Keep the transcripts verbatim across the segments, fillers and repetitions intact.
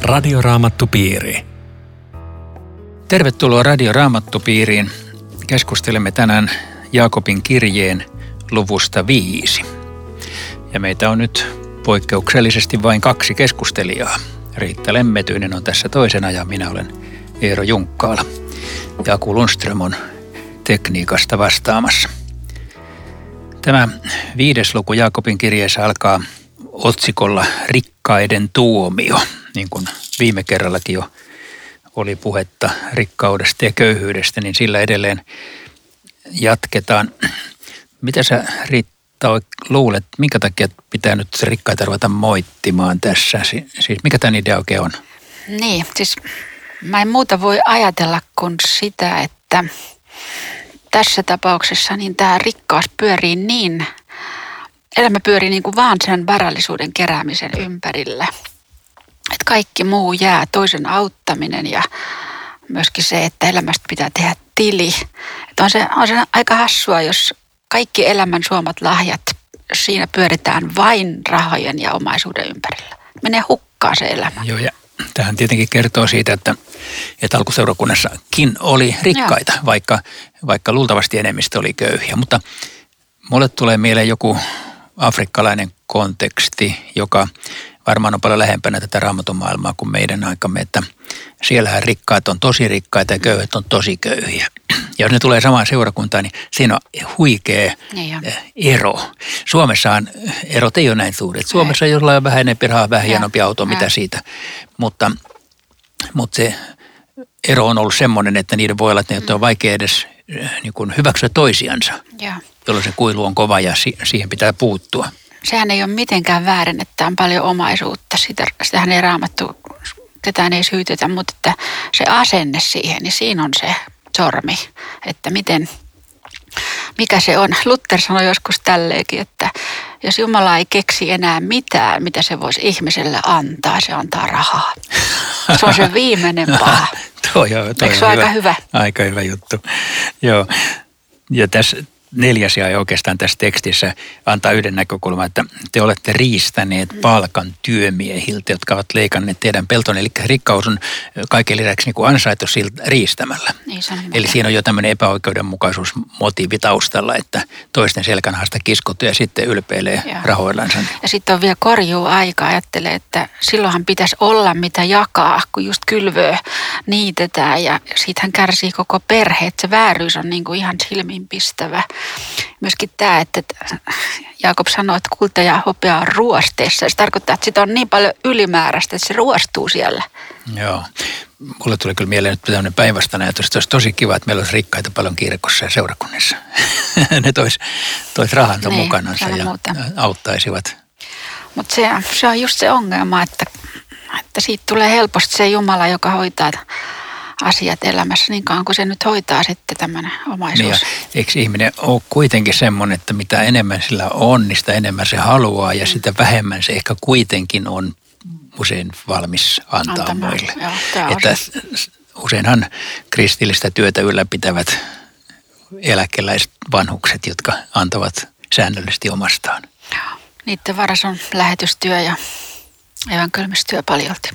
Radioraamattupiiri. Tervetuloa Radioraamattupiiriin. Keskustelemme tänään Jaakobin kirjeen luvusta viisi. Ja meitä on nyt poikkeuksellisesti vain kaksi keskustelijaa. Riitta Lemmetyinen on tässä toisena ja minä olen Eero Junkkaala. Jaakko Lundström on tekniikasta vastaamassa. Tämä viides luku Jaakobin kirjeessä alkaa otsikolla Rikkaiden tuomio, niin kuin viime kerrallakin jo oli puhetta rikkaudesta ja köyhyydestä, niin sillä edelleen jatketaan. Mitä sä, Riitta, luulet, minkä takia pitää nyt rikkaita ruveta moittimaan tässä? Siis mikä tämän idea oikein on? Niin, siis mä en muuta voi ajatella kuin sitä, että tässä tapauksessa niin tämä rikkaus pyörii niin, elämä pyörii niin kuin vaan sen varallisuuden keräämisen ympärillä. Että kaikki muu jää, toisen auttaminen ja myöskin se, että elämästä pitää tehdä tili. Että on se, on se aika hassua, jos kaikki elämän suomat lahjat, siinä pyöritään vain rahojen ja omaisuuden ympärillä. Menee hukkaan se elämä. Joo, ja tähän tietenkin kertoo siitä, että, että alkuseurakunnassakin oli rikkaita, vaikka, vaikka luultavasti enemmistö oli köyhiä. Mutta mulle tulee mieleen joku afrikkalainen konteksti, joka varmaan on paljon lähempänä tätä Raamatun maailmaa kuin meidän aikamme, että siellähän rikkaat on tosi rikkaita ja köyhät on tosi köyhiä. Ja jos ne tulee samaan seurakuntaan, niin siinä on huikea niin ero. Suomessahan erot ei ole näin suuret. Suomessa ei. Jollain on vähän enempi rahaa, vähän hienompi auto, mitä siitä. Mutta, mutta se ero on ollut semmoinen, että niiden voi olla, että ne on vaikea edes niin kuin hyväksyä toisiansa, ja jolloin se kuilu on kova ja si- siihen pitää puuttua. Sehän ei ole mitenkään väärin, että on paljon omaisuutta. Sitä, sitähän ei Raamattu, ketään ei syytetä, mutta että se asenne siihen, niin siinä on se sormi, että miten, mikä se on. Luther sanoi joskus tälleenkin, että jos Jumala ei keksi enää mitään, mitä se voisi ihmiselle antaa, se antaa rahaa. Se on se viimeinen paha. Toi, joo, toi Eikö se ole aika hyvä? Aika hyvä juttu. Joo. Ja tässä neljäs ja oikeastaan tässä tekstissä antaa yhden näkökulman, että te olette riistäneet palkan työmiehiltä, jotka ovat leikanneet teidän peltonne. Eli rikkaus on kaiken lisäksi niin kuin ansaitu siltä riistämällä. Niin, eli siinä on jo tämmöinen epäoikeudenmukaisuusmotiivi taustalla, että toisten selkänahasta kiskottu ja sitten ylpeilee Joo. rahoillansa. Ja sitten on vielä korjuuaika. Ajattelee, että silloinhan pitäisi olla mitä jakaa, kun just kylvöä niitetään ja siitähän kärsii koko perhe. Että se vääryys on niin kuin ihan silmiinpistävä. Myöskin tämä, että Jaakob sanoi, että kulta ja hopea on ruosteessa. Se tarkoittaa, että sitä on niin paljon ylimääräistä, että se ruostuu siellä. Joo. Mulle tuli kyllä mieleen nyt tämmöinen päinvastainen ajatus, että olisi tosi kiva, että meillä olisi rikkaita paljon kirkossa ja seurakunnissa. Ne tois, tois rahansa niin, mukanansa ja muuta. Auttaisivat. Mutta se, se on just se ongelma, että, että siitä tulee helposti se Jumala, joka hoitaa asiat elämässä niin kauan kuin se nyt hoitaa sitten tämmöinen omaisuus. Niin eikö ihminen ole kuitenkin semmoinen, että mitä enemmän sillä on, niin sitä enemmän se haluaa ja sitä vähemmän se ehkä kuitenkin on usein valmis antaa Antamaan. muille. Joo, että useinhan kristillistä työtä ylläpitävät eläkeläiset vanhukset, jotka antavat säännöllisesti omastaan. Joo. Niiden varas on lähetystyö ja evankeliumistyö paljolti.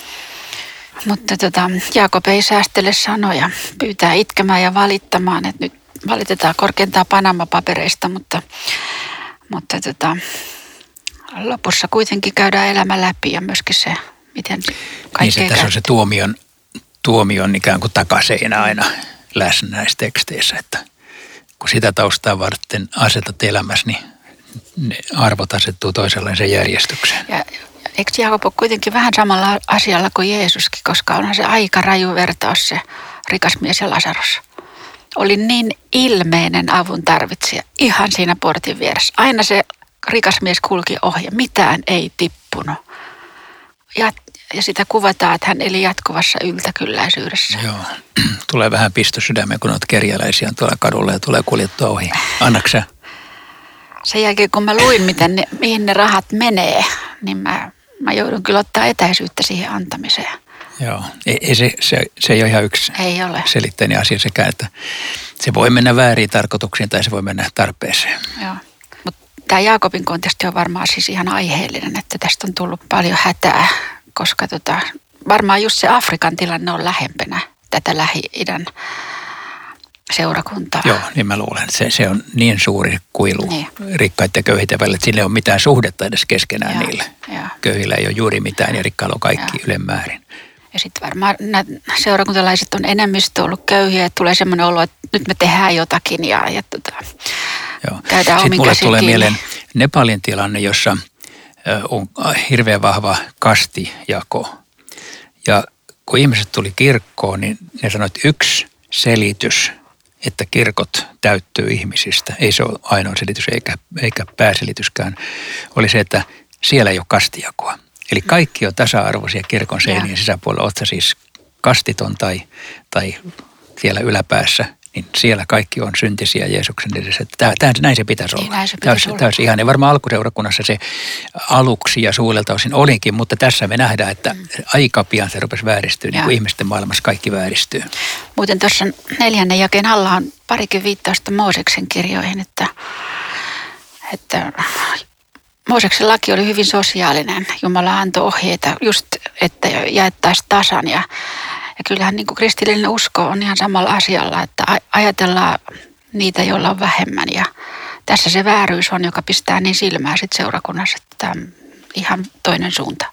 Mutta tota, Jaakob ei säästele sanoja, pyytää itkemään ja valittamaan, että nyt valitetaan korkeintaan Panama-papereista, mutta, mutta tota, lopussa kuitenkin käydään elämä läpi ja myöskin se, miten kaikkea Niin se tässä on se tuomion, tuomion ikään kuin takaseinä aina läsnä näissä teksteissä, että kun sitä taustaa varten asetat elämässä, niin ne arvot asettuu toisenlaiseen järjestykseen. Ja, eikö Jaakob ole kuitenkin vähän samalla asialla kuin Jeesuskin, koska onhan se aika raju vertaus se rikas mies ja Lasarus. Oli niin ilmeinen avun tarvitsija ihan siinä portin vieressä. Aina se rikas mies kulki ohi, mitään ei tippunut. Ja, ja sitä kuvataan, että hän eli jatkuvassa yltäkylläisyydessä. Joo, tulee vähän pisto sydämeen, kun olet kerjäläisiä tuolla kadulla ja tulee kuljettua ohi. Annaksä? Sen jälkeen, kun mä luin, miten ne, mihin ne rahat menee, niin mä, mä joudun kyllä ottaa etäisyyttä siihen antamiseen. Joo, ei, ei se, se, se ei ole ihan yksi ei ole. selitteinen asia sekään, että se voi mennä väärin tarkoituksiin tai se voi mennä tarpeeseen. Joo, mutta tämä Jaakobin konteksti on varmaan siis ihan aiheellinen, että tästä on tullut paljon hätää, koska tota, varmaan just se Afrikan tilanne on lähempänä tätä Lähi-idän seurakuntaa. Joo, niin mä luulen, että se, se on niin suuri kuilu niin. rikkaiden ja köyhien välillä, että sillä ei ole mitään suhdetta edes keskenään ja, niille. Ja. Köyhillä ei ole juuri mitään ja rikkailla on kaikki ja. ylemmäärin. Ja sitten varmaan nämä seurakuntalaiset on enemmistö ollut köyhiä, että tulee semmoinen olo, että nyt me tehdään jotakin ja, ja tota, käydään omin Sitten mulle tulee kiinni. mieleen Nepalin tilanne, jossa on hirveän vahva kastijako. Ja kun ihmiset tuli kirkkoon, niin ne sanoi, että yksi selitys, että kirkot täyttyy ihmisistä, ei se ole ainoa selitys eikä, eikä pääselityskään, oli se, että siellä ei ole kastijakoa. Eli kaikki on tasa-arvoisia kirkon seinien sisäpuolella, oot sä siis kastiton tai, tai siellä yläpäässä, niin siellä kaikki on syntisiä Jeesuksen edessä. Tää, tää, näin se pitäisi olla. Näin se pitäisi olla. Tämä olisi ihan, ja varmaan alkuseurakunnassa se aluksi ja suurelta osin olikin, mutta tässä me nähdään, että mm. aika pian se rupesi vääristyä, niin kuin ihmisten maailmassa kaikki vääristyy. Muuten tuossa neljännen jakeen alla on parikin viittausta Mooseksen kirjoihin, että, että Mooseksen laki oli hyvin sosiaalinen. Jumala antoi ohjeita just, että jaettaisiin tasan ja Ja kyllähän niin kuin kristillinen usko on ihan samalla asialla, että ajatellaan niitä, joilla on vähemmän. Ja tässä se vääryys on, joka pistää niin silmää sit seurakunnassa, että tämä on ihan toinen suunta.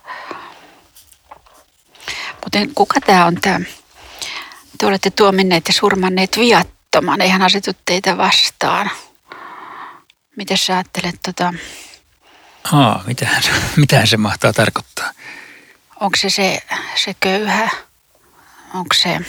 Mutta kuka tämä on tämä? Te olette tuominneet ja surmanneet viattoman, eihän asetu teitä vastaan. Miten sä ajattelet tota? Aa, mitähän, mitähän se mahtaa tarkoittaa? Onko se se, se köyhä? Onko se,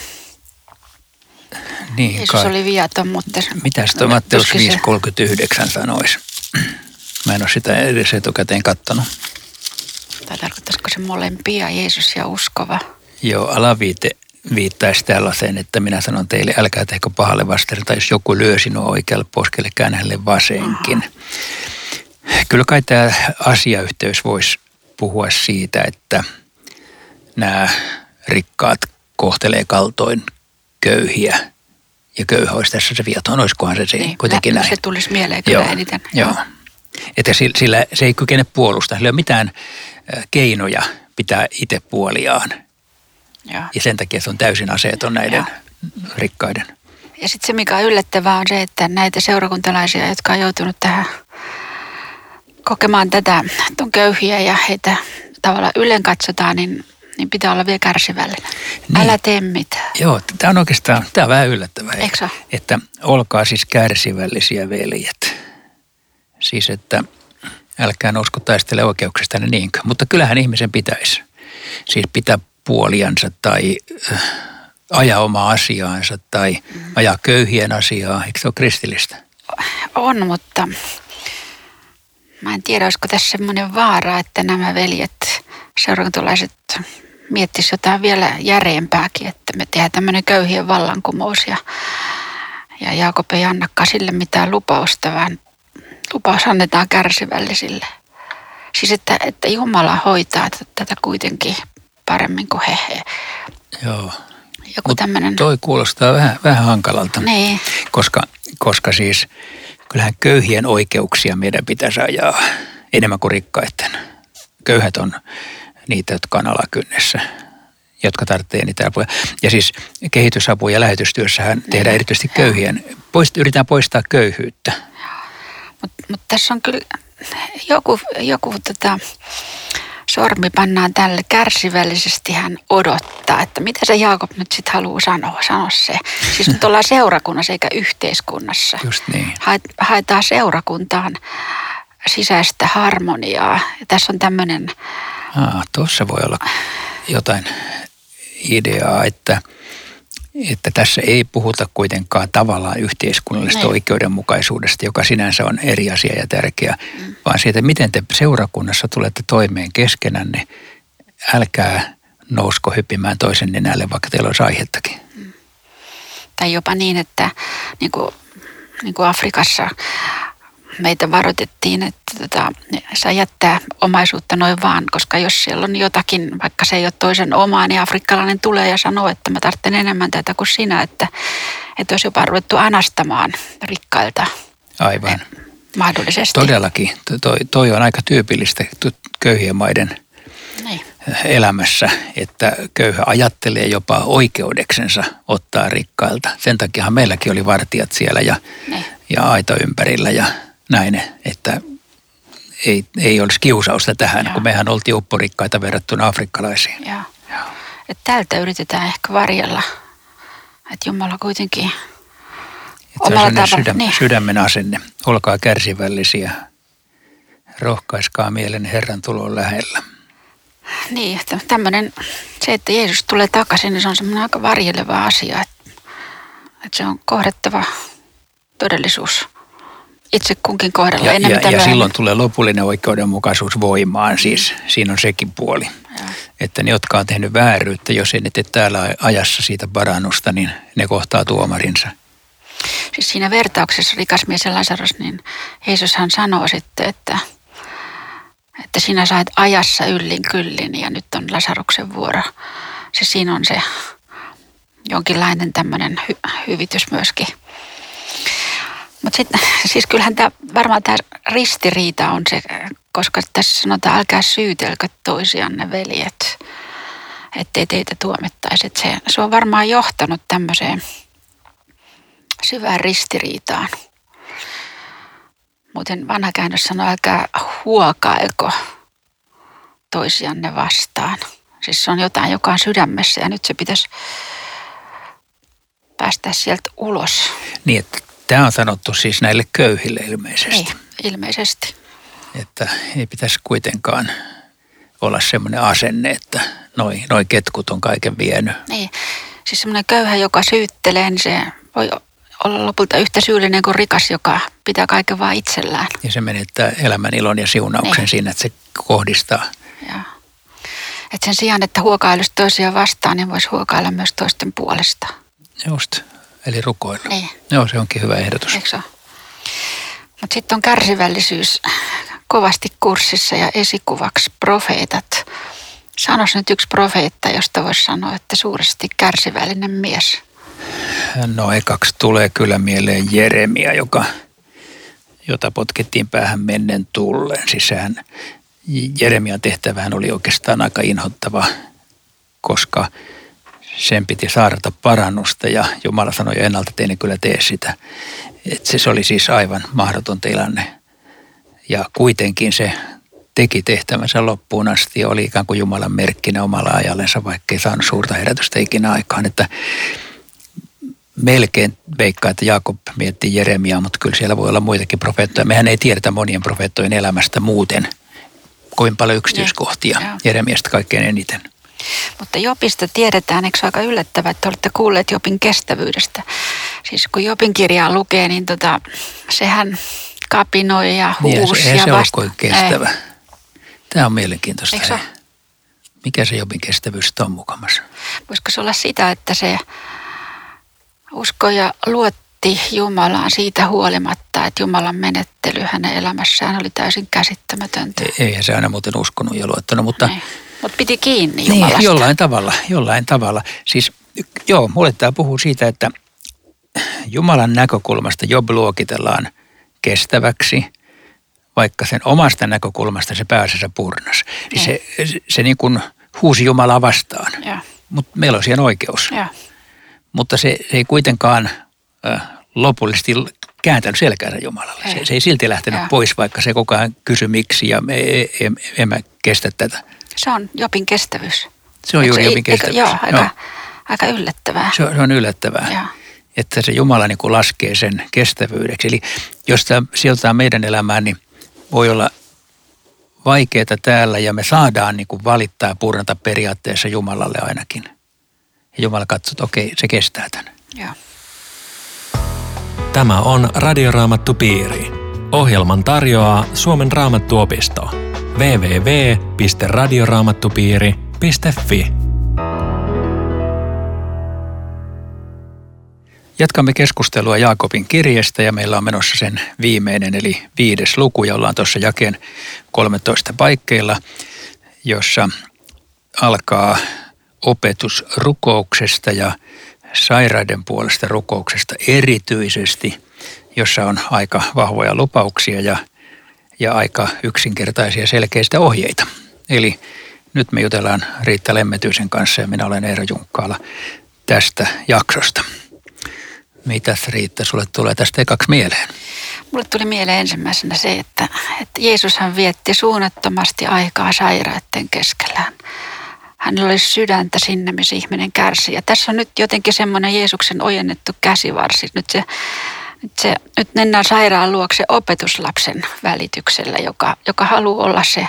niin, Jeesus kai. oli viaton, mutta... Mitäs tuo Matteus viisi kolmekymmentäyhdeksän sanoisi? Mä en ole sitä edes etukäteen kattonut. Tai tarkoittaisiko se molempia, Jeesus ja uskova? Joo, alaviite viittaisi tällaiseen, että minä sanon teille, älkää tehkö pahalle vastaan, tai jos joku lyö sinua oikealle poskelle, käännä hänelle vasenkin. Aha. Kyllä kai tämä asiayhteys voisi puhua siitä, että nämä rikkaat kohtelee kaltoin köyhiä ja köyhä olisi tässä se viaton. Olisikohan se, se niin, kuitenkin näin? Se tulisi mieleen kyllä joo, eniten. Joo. Että sillä se ei kykene puolustaa. Sillä ei ole mitään keinoja pitää itse puoliaan. Joo. Ja sen takia se on täysin aseeton näiden joo. rikkaiden. Ja sitten se, mikä on yllättävää, on se, että näitä seurakuntalaisia, jotka on joutunut tähän kokemaan tätä, että on köyhiä ja heitä tavallaan ylen katsotaan, niin niin pitää olla vielä kärsivällinen. Niin. Älä tee mitään. Joo, tämä on oikeastaan, tämä on vähän yllättävää. Eikö se? Että olkaa siis kärsivällisiä veljet. Siis, että älkää nousko taistele oikeuksista niinkö. Mutta kyllähän ihmisen pitäisi siis pitää puoliansa tai äh, ajaa omaa asiaansa tai mm. ajaa köyhien asiaa. Eikö se ole kristillistä? On, mutta mä en tiedä, olisiko tässä semmoinen vaara, että nämä veljet, seurakuntolaiset miettisivät jotain vielä järeempääkin, että me tehdään tämmöinen köyhien vallankumous ja, ja Jaakob ei annakaan sille mitään lupausta, vaan lupaus annetaan kärsivällisille. Siis että, että Jumala hoitaa tätä kuitenkin paremmin kuin he. he. Joo. Joku tämmöinen... Toi kuulostaa vähän, vähän hankalalta, niin. koska, koska siis kyllähän köyhien oikeuksia meidän pitäisi ajaa enemmän kuin rikkaiden. Köyhät on niitä, jotka on alakynnessä, jotka tarvitsee niitä apuja. Ja siis kehitysapu- ja lähetystyössähän niin. tehdään erityisesti köyhien. Poist, yritetään poistaa köyhyyttä. Mutta mut tässä on kyllä joku, joku tota, sormi pannaan tälle. Kärsivällisesti hän odottaa, että mitä se Jaakob nyt sitten haluaa sanoa, sanoa se. Siis nyt ollaan seurakunnassa eikä yhteiskunnassa. Just niin. Haetaan seurakuntaan sisäistä harmoniaa. Ja tässä on tämmöinen... Aa, tuossa voi olla jotain ideaa, että, että tässä ei puhuta kuitenkaan tavallaan yhteiskunnallisesta Nein. oikeudenmukaisuudesta, joka sinänsä on eri asia ja tärkeä, mm. vaan siitä, miten te seurakunnassa tulette toimeen keskenänne. Älkää nousko hyppimään toisen nenälle, vaikka teillä olisi aihettakin. Mm. Tai jopa niin, että niin kuin, niin kuin Afrikassa meitä varoitettiin, että tota, saa jättää omaisuutta noin vaan, koska jos siellä on jotakin, vaikka se ei ole toisen omaa, niin afrikkalainen tulee ja sanoo, että mä tarvitsen enemmän tätä kuin sinä, että, että olisi jopa ruvettu anastamaan rikkailta. Aivan. Mahdollisesti. Todellakin. Toi, toi on aika tyypillistä köyhien maiden niin. elämässä, että köyhä ajattelee jopa oikeudeksensa ottaa rikkailta. Sen takiahan meilläkin oli vartijat siellä ja, ja aita ympärillä ja näin, että ei, ei olisi kiusausta tähän, Joo. kun mehän oltiin upporikkaita verrattuna afrikkalaisiin. Joo. Joo. Että tältä yritetään ehkä varjella, että Jumala kuitenkin omalla tavalla. Sydäm, niin. Sydämen asenne. Olkaa kärsivällisiä. Rohkaiskaa mielen Herran tulon lähellä. Niin, että tämmöinen, se, että Jeesus tulee takaisin, niin se on semmoinen aika varjeleva asia, että, että se on kohdattava todellisuus itse kunkin kohdalla. Ja, ja, ja silloin tulee lopullinen oikeudenmukaisuus voimaan, siis siinä on sekin puoli. Ja. Että ne, jotka on tehnyt vääryyttä, jos ei ne tee täällä ajassa siitä parannusta, niin ne kohtaa tuomarinsa. Siis siinä vertauksessa rikas mies ja Lasarus, niin Jeesushan sanoo sitten, että, että sinä sait ajassa yllin kyllin ja nyt on Lasaruksen vuoro. Siis siinä on se jonkinlainen tämmöinen hy- hyvitys myöskin. Mutta sitten, siis kyllähän tämä, varmaan tämä ristiriita on se, koska tässä sanotaan, älkää syytelkö toisianne veljet, ettei teitä tuomittaisi. Et se, se on varmaan johtanut tämmöiseen syvään ristiriitaan. Muuten vanha käännös sanoo, älkää huokailko toisianne vastaan. Siis se on jotain, joka on sydämessä ja nyt se pitäisi päästä sieltä ulos. Niin, että tämä on sanottu siis näille köyhille ilmeisesti. Niin, ilmeisesti. Että ei pitäisi kuitenkaan olla semmoinen asenne, että noi, noi ketkut on kaiken vienyt. Niin, siis semmoinen köyhä, joka syyttelee, niin se voi olla lopulta yhtä syyllinen kuin rikas, joka pitää kaiken vaan itsellään. Ja se menettää elämän ilon ja siunauksen niin. Siinä, että se kohdistaa. Joo. Että sen sijaan, että huokailisi toisia vastaan, niin voisi huokailla myös toisten puolesta. Just, eli rukoilla. Niin. Joo, se onkin hyvä ehdotus. Eikö se ole? Mutta sitten on kärsivällisyys kovasti kurssissa ja esikuvaksi profeetat. Sanois nyt yksi profeetta, josta voisi sanoa, että suuresti kärsivällinen mies. No ekaksi tulee kyllä mieleen Jeremia, joka, jota potkittiin päähän mennen tulleen. Siis sehän, Jeremian tehtävähän oli oikeastaan aika inhottava, koska sen piti saarata parannusta ja Jumala sanoi jo ennalta, että ei ne kyllä tee sitä. Että se oli siis aivan mahdoton tilanne. Ja kuitenkin se teki tehtävänsä loppuun asti ja oli ikään kuin Jumalan merkkinä omalla ajallensa, vaikka ei saanut suurta herätystä ikinä aikaan. Että melkein veikkaa, että Jaakob miettii Jeremiaa, mutta kyllä siellä voi olla muitakin profeettoja. Mehän ei tiedetä monien profeettojen elämästä muuten kovin paljon yksityiskohtia. Ja. Jeremiasta kaikkein eniten. Mutta Jobista tiedetään, eikö se aika yllättävää, että olette kuulleet Jobin kestävyydestä. Siis kun Jobin kirjaa lukee, niin tota, sehän kapinoi ja huusi. Niin, ja se vasta- ole kestävä. Ei. Tämä on mielenkiintoista. Eikö se? Mikä se Jobin kestävyys on mukamassa? Voisiko se olla sitä, että se uskoi ja luotti Jumalaan siitä huolimatta, että Jumalan menettely hänen elämässään oli täysin käsittämätöntä. Eihän se aina muuten uskonut ja luottanut, mutta... Niin. Mutta piti kiinni Jumalasta. Niin, jollain tavalla, jollain tavalla. Siis joo, mulle tämä puhuu siitä, että Jumalan näkökulmasta Job luokitellaan kestäväksi, vaikka sen omasta näkökulmasta se pääsensä purnas. Siis se, se, se niin kuin huusi Jumalaa vastaan, mutta meillä on siihen oikeus. Ja. Mutta se, se ei kuitenkaan äh, lopullisesti kääntänyt selkäänsä Jumalalle. Se, se ei silti lähtenyt ja. pois, vaikka se koko ajan kysyi miksi ja me emme kestä tätä. Se on Jobin kestävyys. Se on juuri Jobin kestävyys. Joo, aika, joo. aika yllättävää. Se on, se on yllättävää, ja. että se Jumala niin kuin laskee sen kestävyydeksi. Eli jos tämä sijoitetaan meidän elämään, niin voi olla vaikeaa täällä ja me saadaan niin kuin valittaa ja purnata periaatteessa Jumalalle ainakin. Ja Jumala katsoo, että okei, se kestää tämän. Joo. Tämä on Radioraamattupiiri. Ohjelman tarjoaa Suomen Raamattuopisto. double-u double-u double-u piste radioraamattupiiri piste fi. Jatkamme keskustelua Jaakobin kirjeestä ja meillä on menossa sen viimeinen eli viides luku ja ollaan tuossa jakeen kolmetoista paikkeilla, jossa alkaa opetus rukouksesta ja sairaiden puolesta rukouksesta erityisesti, jossa on aika vahvoja lupauksia ja, ja aika yksinkertaisia selkeistä ohjeita. Eli Nyt me jutellaan Riitta Lemmetyisen kanssa ja minä olen Eero Junkkaala tästä jaksosta. Mitäs Riitta sulle tulee tästä ekaksi mieleen? Mulle tuli mieleen ensimmäisenä se, että, että Jeesushan vietti suunnattomasti aikaa sairaiden keskellä. Hänellä oli sydäntä sinne, missä ihminen kärsii. Ja tässä on nyt jotenkin semmoinen Jeesuksen ojennettu käsivarsi. Nyt se Nyt, se, nyt mennään sairaan luokse opetuslapsen välityksellä, joka, joka haluaa olla se,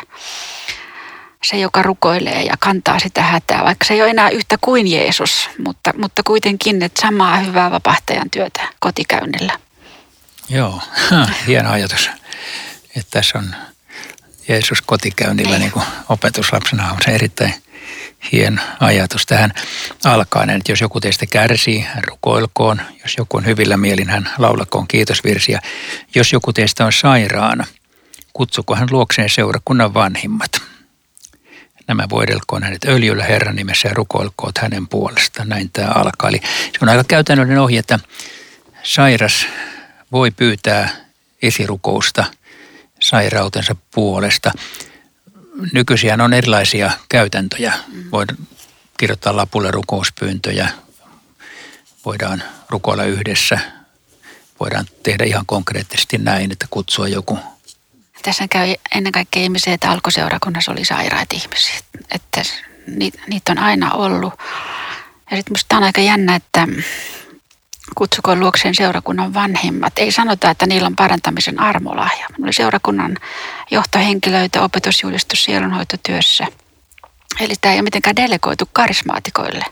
se, joka rukoilee ja kantaa sitä hätää. Vaikka se ei ole enää yhtä kuin Jeesus, mutta, mutta kuitenkin että samaa hyvää vapahtajan työtä kotikäynnillä. Joo, hieno ajatus. Että tässä on Jeesus kotikäynnillä niin kuin opetuslapsena. On se erittäin hieno ajatus tähän alkaen, että jos joku teistä kärsii, hän rukoilkoon. Jos joku on hyvillä mielin, hän laulakoon kiitosvirsiä. Jos joku teistä on sairaana, kutsuko hän luokseen seurakunnan vanhimmat. Nämä voidelkoon hänet öljyllä Herran nimessä ja rukoilkoot hänen puolestaan. Näin tämä alkaa. Eli se on aika käytännöllinen ohje, että sairas voi pyytää esirukousta sairautensa puolesta. Nykyisiä on erilaisia käytäntöjä. Voidaan kirjoittaa lapulle rukouspyyntöjä, voidaan rukoilla yhdessä, voidaan tehdä ihan konkreettisesti näin, että kutsua joku. Tässä käy ennen kaikkea ihmisiä, että alkuseurakunnassa oli sairaita ihmisiä, että niitä on aina ollut. Ja sitten musta on aika jännä, että kutsukoon luokseen seurakunnan vanhimmat. Ei sanota, että niillä on parantamisen armolahja. Mulla oli seurakunnan johtohenkilöitä opetusjulistus sielunhoitotyössä. Eli tämä ei ole mitenkään delegoitu karismaatikoille.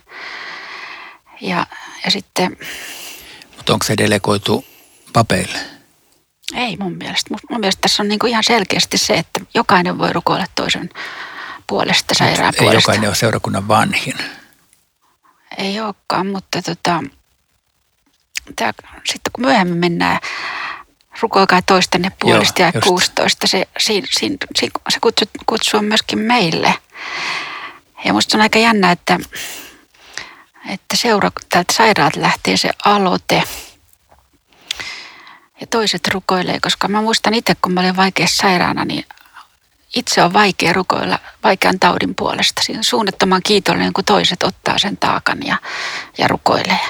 Ja, ja sitten... Mutta onko se delegoitu papeille? Ei mun mielestä. Mun mielestä tässä on niinku ihan selkeästi se, että jokainen voi rukoilla toisen puolesta, sairaan ei puolesta. Ei jokainen ole seurakunnan vanhin. Ei olekaan, mutta tota... Tää, sitten kun myöhemmin mennään, rukoilkaa toistenne puolesta ja kuusitoista, se, se, se, se kutsu, kutsu on myöskin meille. Ja musta on aika jännä, että, että seura, täältä sairaalta lähtee se aloite ja toiset rukoilee, koska mä muistan itse, kun mä olin vaikeassa sairaana, niin itse on vaikea rukoilla vaikean taudin puolesta. Siinä on suunnattoman kiitollinen, kun toiset ottaa sen taakan ja, ja rukoilee.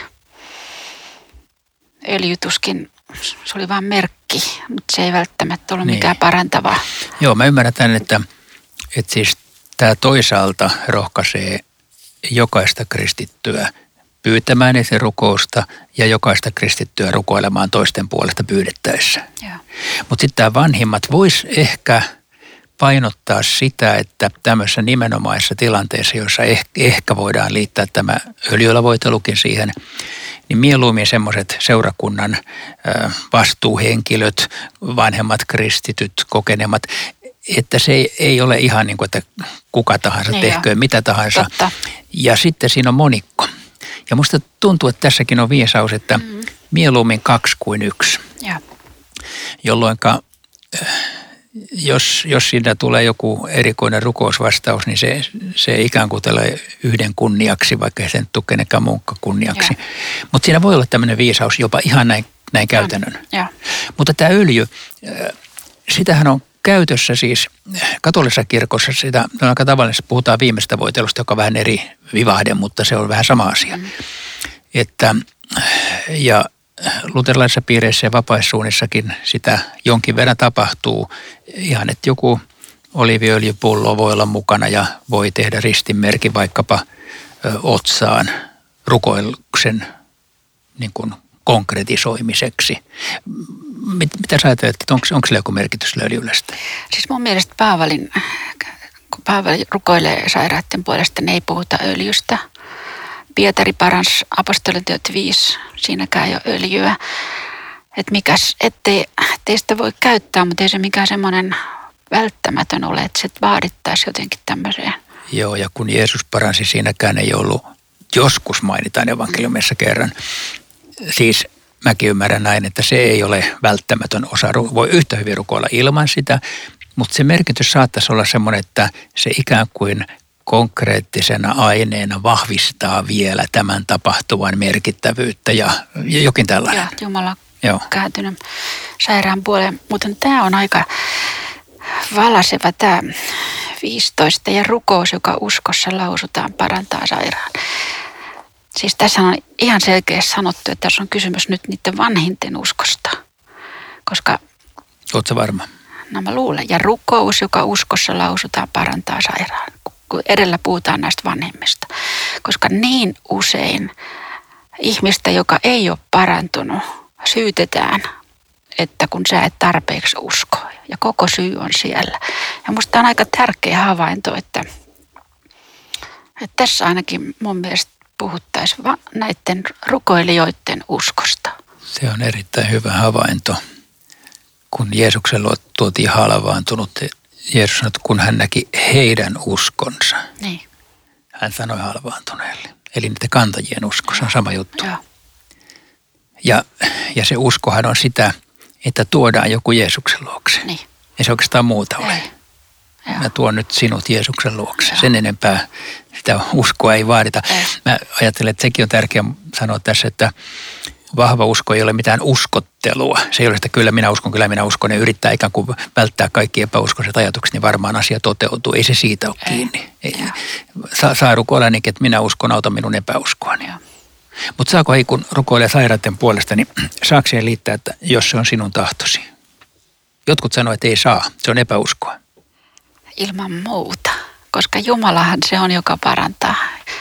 Öljytuskin, se oli vain merkki, mutta se ei välttämättä ollut niin mikään parantavaa. Joo, mä ymmärrän tämän, että, että siis tämä toisaalta rohkaisee jokaista kristittyä pyytämään itse rukousta ja jokaista kristittyä rukoilemaan toisten puolesta pyydettäessä. Mutta sitten tämä vanhimmat vois ehkä painottaa sitä, että tämmöisessä nimenomaisessa tilanteessa, jossa ehkä, ehkä voidaan liittää tämä öljylavoitelukin siihen, niin mieluummin semmoiset seurakunnan vastuuhenkilöt, vanhemmat kristityt, kokenemat, että se ei, ei ole ihan niin kuin, että kuka tahansa niin tehköön jo mitä tahansa. Totta. Ja sitten siinä on monikko. Ja musta tuntuu, että tässäkin on viisaus, että mm. mieluummin kaksi kuin yksi. Ja. Jolloinka jos, jos siinä tulee joku erikoinen rukousvastaus, niin se, se ikään kuin tulee yhden kunniaksi, vaikka ei sen tule kenenkään muunkaan kunniaksi. Mutta siinä voi olla tämmöinen viisaus jopa ihan näin, näin käytännön. Ja. Mutta tämä öljy, sitähän on käytössä siis katolisessa kirkossa, sitä on aika tavallisesti, puhutaan viimeistä voitelusta, joka on vähän eri vivahde, mutta se on vähän sama asia. Mm. Että, ja luterilaisissa piireissä ja vapaissuunnissakin sitä jonkin verran tapahtuu. Ihan, että joku oliiviöljypullo voi olla mukana ja voi tehdä ristinmerkin vaikkapa ö, otsaan rukoiluksen niin kuin konkretisoimiseksi. Mit, mitä sä ajattelet, että onko, onko sillä joku merkitys öljyllä? Siis mun mielestä Paavalin, kun Paavali rukoilee sairaiden puolesta, ne ei puhuta öljystä. Pietari paransi apostolityöt viisi, siinäkään ei ole öljyä. Että mikäs, ettei, ettei sitä voi käyttää, mutta ei se mikään semmoinen välttämätön ole, että se vaadittaisi jotenkin tämmöiseen. Joo, ja kun Jeesus paransi, siinäkään ei ollut, joskus mainitaan evankeliumissa kerran. Siis mäkin ymmärrän näin, että se ei ole välttämätön osa. Voi yhtä hyvin rukoilla ilman sitä, mutta se merkitys saattaisi olla semmoinen, että se ikään kuin konkreettisena aineena vahvistaa vielä tämän tapahtuvan merkittävyyttä ja jokin tällainen. Joo, Jumala on kääntynyt sairaan puoleen. Mutta tämä on aika valaiseva tämä viisitoista. Ja rukous, joka uskossa lausutaan, parantaa sairaan. Siis tässä on ihan selkeästi sanottu, että tässä on kysymys nyt niiden vanhinten uskosta. Koska... Oletko varma? No mä luulen. Ja rukous, joka uskossa lausutaan, parantaa sairaan. Kun edellä puhutaan näistä vanhimmista. Koska niin usein ihmistä, joka ei ole parantunut, syytetään, että kun sä et tarpeeksi usko. Ja koko syy on siellä. Ja musta on aika tärkeä havainto, että, että tässä ainakin mun mielestä puhuttaisiin näiden rukoilijoiden uskosta. Se on erittäin hyvä havainto. Kun Jeesukselle tuotiin halvaantunut, Jeesus sanoi, että kun hän näki heidän uskonsa, niin. Hän sanoi halvaantuneelle. Eli niiden kantajien usko, se on sama juttu. Joo. Ja, ja se uskohan on sitä, että tuodaan joku Jeesuksen luokse. Niin. Ei se oikeastaan muuta ole. Ei. Mä tuon nyt sinut Jeesuksen luokse. Joo. Sen enempää sitä uskoa ei vaadita. Ei. Mä ajattelen, että sekin on tärkeää sanoa tässä, että vahva usko ei ole mitään uskottelua. Se ei ole sitä kyllä minä uskon, kyllä minä uskon. Ne yrittää ikään kuin välttää kaikki epäuskoiset ajatukset, niin varmaan asia toteutuu. Ei se siitä ole ei. kiinni. Ei. Saa, saa rukoilla niin, että minä uskon, auta minun epäuskoani. Mutta saako ei kun rukoilee sairaiden puolesta, niin saako siihen liittää, että jos se on sinun tahtosi? Jotkut sanoo, että ei saa. Se on epäuskoa. Ilman muuta, koska Jumalahan se on, joka parantaa,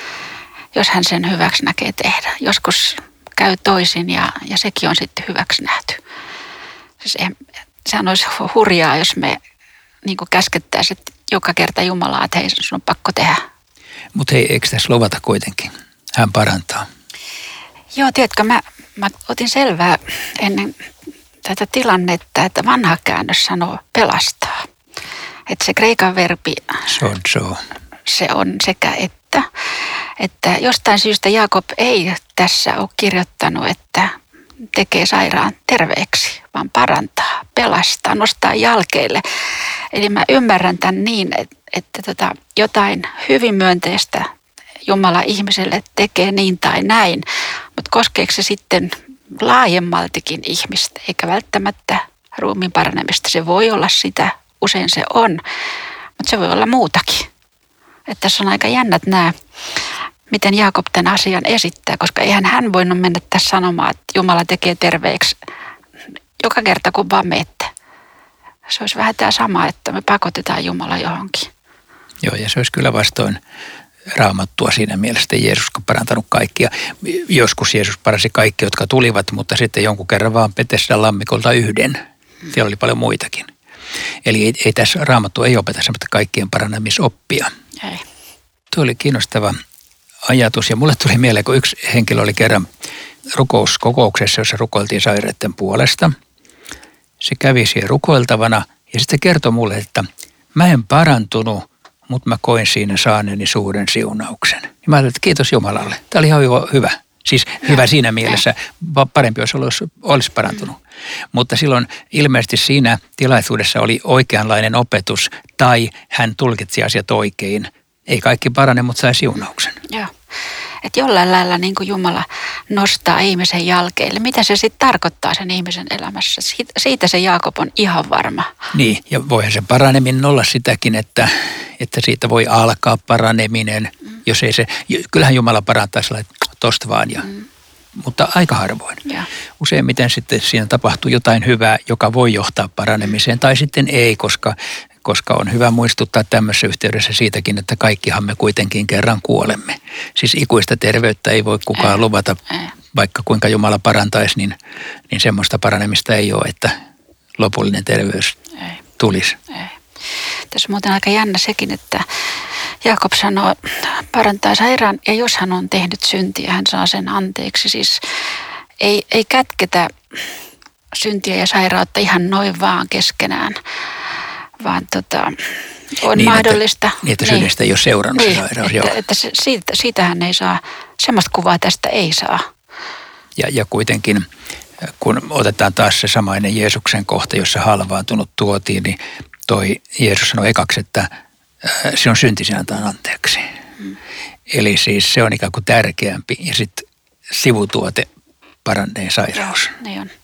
jos hän sen hyväksi näkee tehdä. Joskus käy toisin ja, ja sekin on sitten hyväksi nähty. Siis ei, sehän olisi hurjaa, jos me niin käskettäisiin joka kerta Jumalaa, että hei, sun on pakko tehdä. Mutta hei, eikö tässä luvata kuitenkin? Hän parantaa. Joo, tiedätkö, mä, mä otin selvää ennen tätä tilannetta, että vanha käännös sanoo pelastaa. Että se kreikan verbi, so, so. se on sekä että. Että jostain syystä Jaakob ei tässä ole kirjoittanut, että tekee sairaan terveeksi, vaan parantaa, pelastaa, nostaa jalkeille. Eli mä ymmärrän tämän niin, että, että tota, jotain hyvin myönteistä Jumala ihmiselle tekee niin tai näin, mutta koskeeko se sitten laajemmaltikin ihmistä, eikä välttämättä ruumiin paranemista. Se voi olla sitä, usein se on, mutta se voi olla muutakin. Että tässä on aika jännät nämä, miten Jaakob tämän asian esittää, koska eihän hän voinut mennä tässä sanomaan, että Jumala tekee terveeksi joka kerta, kun vaan menette. Se olisi vähän tämä sama, että me pakotetaan Jumala johonkin. Joo, ja se olisi kyllä vastoin Raamattua siinä mielessä, että Jeesus on parantanut kaikkia. Joskus Jeesus paransi kaikki, jotka tulivat, mutta sitten jonkun kerran vaan Betesdan lammikolta yhden. Siellä oli paljon muitakin. Eli ei, ei tässä Raamattu ei opeta semmoista kaikkien parannemisoppia. Ei. Tuo oli kiinnostava ajatus ja mulle tuli mieleen, kun yksi henkilö oli kerran rukouskokouksessa, jossa rukoiltiin sairaiden puolesta. Se kävi siihen rukoiltavana ja sitten se kertoi mulle, että mä en parantunut, mutta mä koin siinä saaneeni suuren siunauksen. Niin mä ajattelin, että kiitos Jumalalle. Tämä oli ihan hyvä. Siis ja, hyvä siinä mielessä, ja. Parempi olisi ollut, olisi parantunut. Mm. Mutta silloin ilmeisesti siinä tilaisuudessa oli oikeanlainen opetus tai hän tulkitsi asiat oikein. Ei kaikki parane, mutta sai siunauksen. Joo. Että jollain lailla niin kuin Jumala nostaa ihmisen jalkeille. Mitä se sitten tarkoittaa sen ihmisen elämässä? Siitä, siitä se Jaakob on ihan varma. Niin, ja voihan se paraneminen olla sitäkin, että, että siitä voi alkaa paraneminen. Mm. Jos ei se, kyllähän Jumala parantaa sillä tosta vaan, ja, mm. mutta aika harvoin. Ja. Useimmiten sitten siinä tapahtuu jotain hyvää, joka voi johtaa paranemiseen, tai sitten ei, koska... koska on hyvä muistuttaa tämmöisessä yhteydessä siitäkin, että kaikkihan me kuitenkin kerran kuolemme. Siis ikuista terveyttä ei voi kukaan ei, luvata, ei. Vaikka kuinka Jumala parantaisi, niin, niin semmoista paranemista ei ole, että lopullinen terveys ei. tulisi. Ei. Tässä on muuten aika jännä sekin, että Jaakob sanoo, parantaa sairaan, ja jos hän on tehnyt syntiä, hän saa sen anteeksi. Siis ei, ei kätketä syntiä ja sairautta ihan noin vaan keskenään, vaan tota, on niin, mahdollista. Että, niin, että synnistä niin, ei ole seurannut niin, se sairaus. Että, että se, siitä, siitähän ei saa, semmoista kuvaa tästä ei saa. Ja, ja kuitenkin, kun otetaan taas se samainen Jeesuksen kohta, jossa halvaantunut tuotiin, niin toi Jeesus sanoi ekaksi, että sinun syntisi antaa anteeksi. Hmm. Eli siis se on ikään kuin tärkeämpi ja sitten sivutuote paranneen sairaus. Joo, niin on.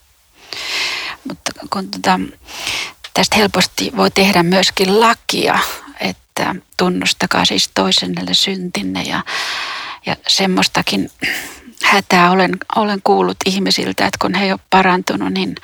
Mutta kun tota... Tästä helposti voi tehdä myöskin lakia, että että tunnustakaa siis toisenne syntinne ja, ja semmoistakin hätää olen, olen kuullut ihmisiltä, että kun he ei ole parantunut, niin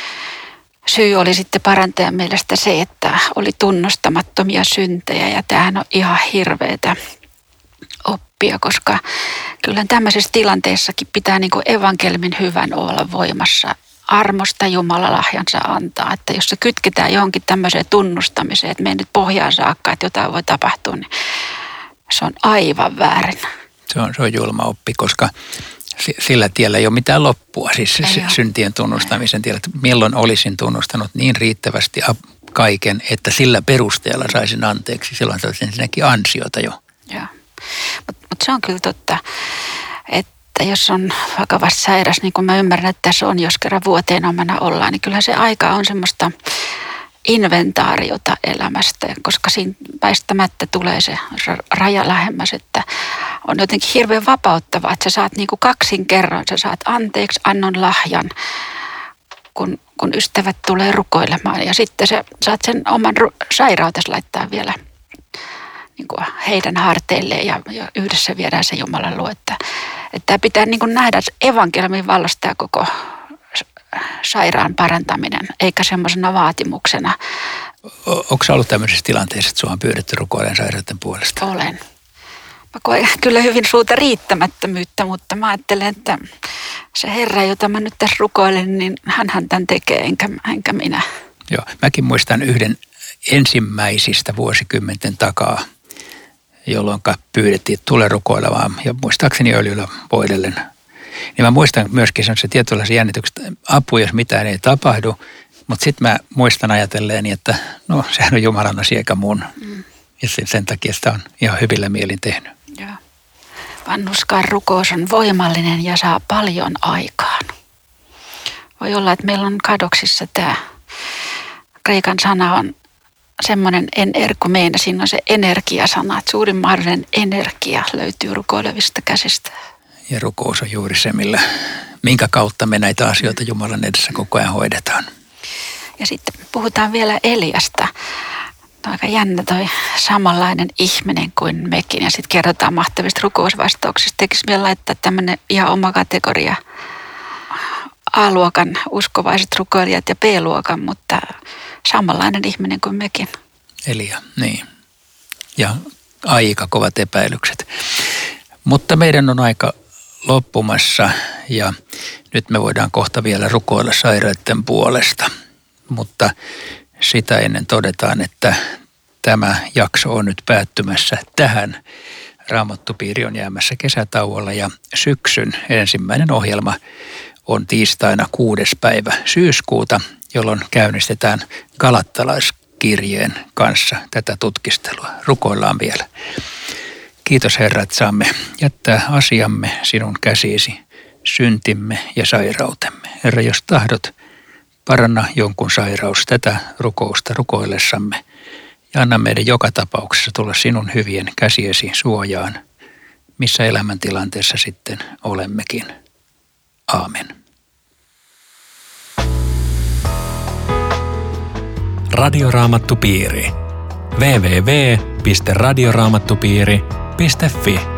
syy oli sitten parantajan mielestä se, että oli tunnustamattomia syntejä ja tämähän on ihan hirveetä oppia, koska kyllä tämmöisessä tilanteessakin pitää niin kuin evankeliumin hyvän olla voimassa. Armosta Jumala lahjansa antaa, että jos se kytketään johonkin tämmöiseen tunnustamiseen, että me ei nyt pohjaan saakka, että jotain voi tapahtua, niin se on aivan väärin. Se on, se on julma oppi, koska sillä tiellä ei ole mitään loppua, siis ei syntien tunnustamisen tiellä. Milloin olisin tunnustanut niin riittävästi kaiken, että sillä perusteella saisin anteeksi. Silloin se olisi ensinnäkin ansiota jo. Joo, mutta mut se on kyllä totta, että jos on vakavasti sairas, niin kuin mä ymmärrän, että tässä on, jos kerran vuoteen omana ollaan, niin kyllä se aika on semmoista inventaariota elämästä, koska siinä väistämättä tulee se raja lähemmäs, että on jotenkin hirveän vapauttavaa, että sä saat niin kuin kaksin kerran, sä saat anteeksi annon lahjan, kun, kun ystävät tulee rukoilemaan ja sitten sä saat sen oman sairautesi laittaa vielä niin kuin heidän harteilleen ja, ja yhdessä viedään se Jumalan luo, että, että pitää niin kuin nähdä evankeliumin vallassa tämä koko sairaan parantaminen, eikä semmoisena vaatimuksena. Onko sä ollut tämmöisessä tilanteessa, että sua on pyydetty rukoilemaan sairauden puolesta? Olen. Mä koen kyllä hyvin suurta riittämättömyyttä, mutta mä ajattelen, että se Herra, jota mä nyt tässä rukoilen, niin hänhän tämän tekee, enkä, enkä minä. Joo, mäkin muistan yhden ensimmäisistä vuosikymmenten takaa, jolloin pyydettiin, että tule rukoilemaan ja muistaakseni öljyllä voidellen. Niin mä muistan myöskin se tietynlaisen jännityksen, että apu, jos mitään ei tapahdu, mutta sitten mä muistan ajatelleeni, että no sehän on Jumalan asia eikä mun. Mm. Ja sen, sen takia sitä on ihan hyvillä mielin tehnyt. Joo. Vannuskaan rukous on voimallinen ja saa paljon aikaan. Voi olla, että meillä on kadoksissa tämä kreikan sana on semmoinen energumeena, siinä on se energiasana, että suurin mahdollinen energia löytyy rukoilevista käsistä. Ja rukous on juuri se, millä, minkä kautta me näitä asioita Jumalan edessä koko ajan hoidetaan. Ja sitten puhutaan vielä Eliasta. Aika jännä toi samanlainen ihminen kuin mekin. Ja sitten kerrotaan mahtavista rukousvastauksista. Tekisi vielä laittaa tämmöinen ihan oma kategoria. A-luokan uskovaiset rukoilijat ja B-luokan, mutta samanlainen ihminen kuin mekin. Elia, niin. Ja aika kovat epäilykset. Mutta meidän on aika loppumassa ja nyt me voidaan kohta vielä rukoilla sairaiden puolesta. Mutta sitä ennen todetaan, että tämä jakso on nyt päättymässä tähän. Raamattupiiri on jäämässä kesätauolla ja syksyn ensimmäinen ohjelma on tiistaina kuudes päivä syyskuuta, jolloin käynnistetään galattalaiskirjeen kanssa tätä tutkistelua. Rukoillaan vielä. Kiitos Herra, että saamme jättää asiamme sinun käsiisi, syntimme ja sairautemme. Herra, jos tahdot, paranna jonkun sairaus tätä rukousta rukoillessamme ja anna meidän joka tapauksessa tulla sinun hyvien käsiesi suojaan, missä elämäntilanteessa sitten olemmekin. Aamen. Radioraamattupiiri. double-u double-u double-u piste radioraamattupiiri piste fi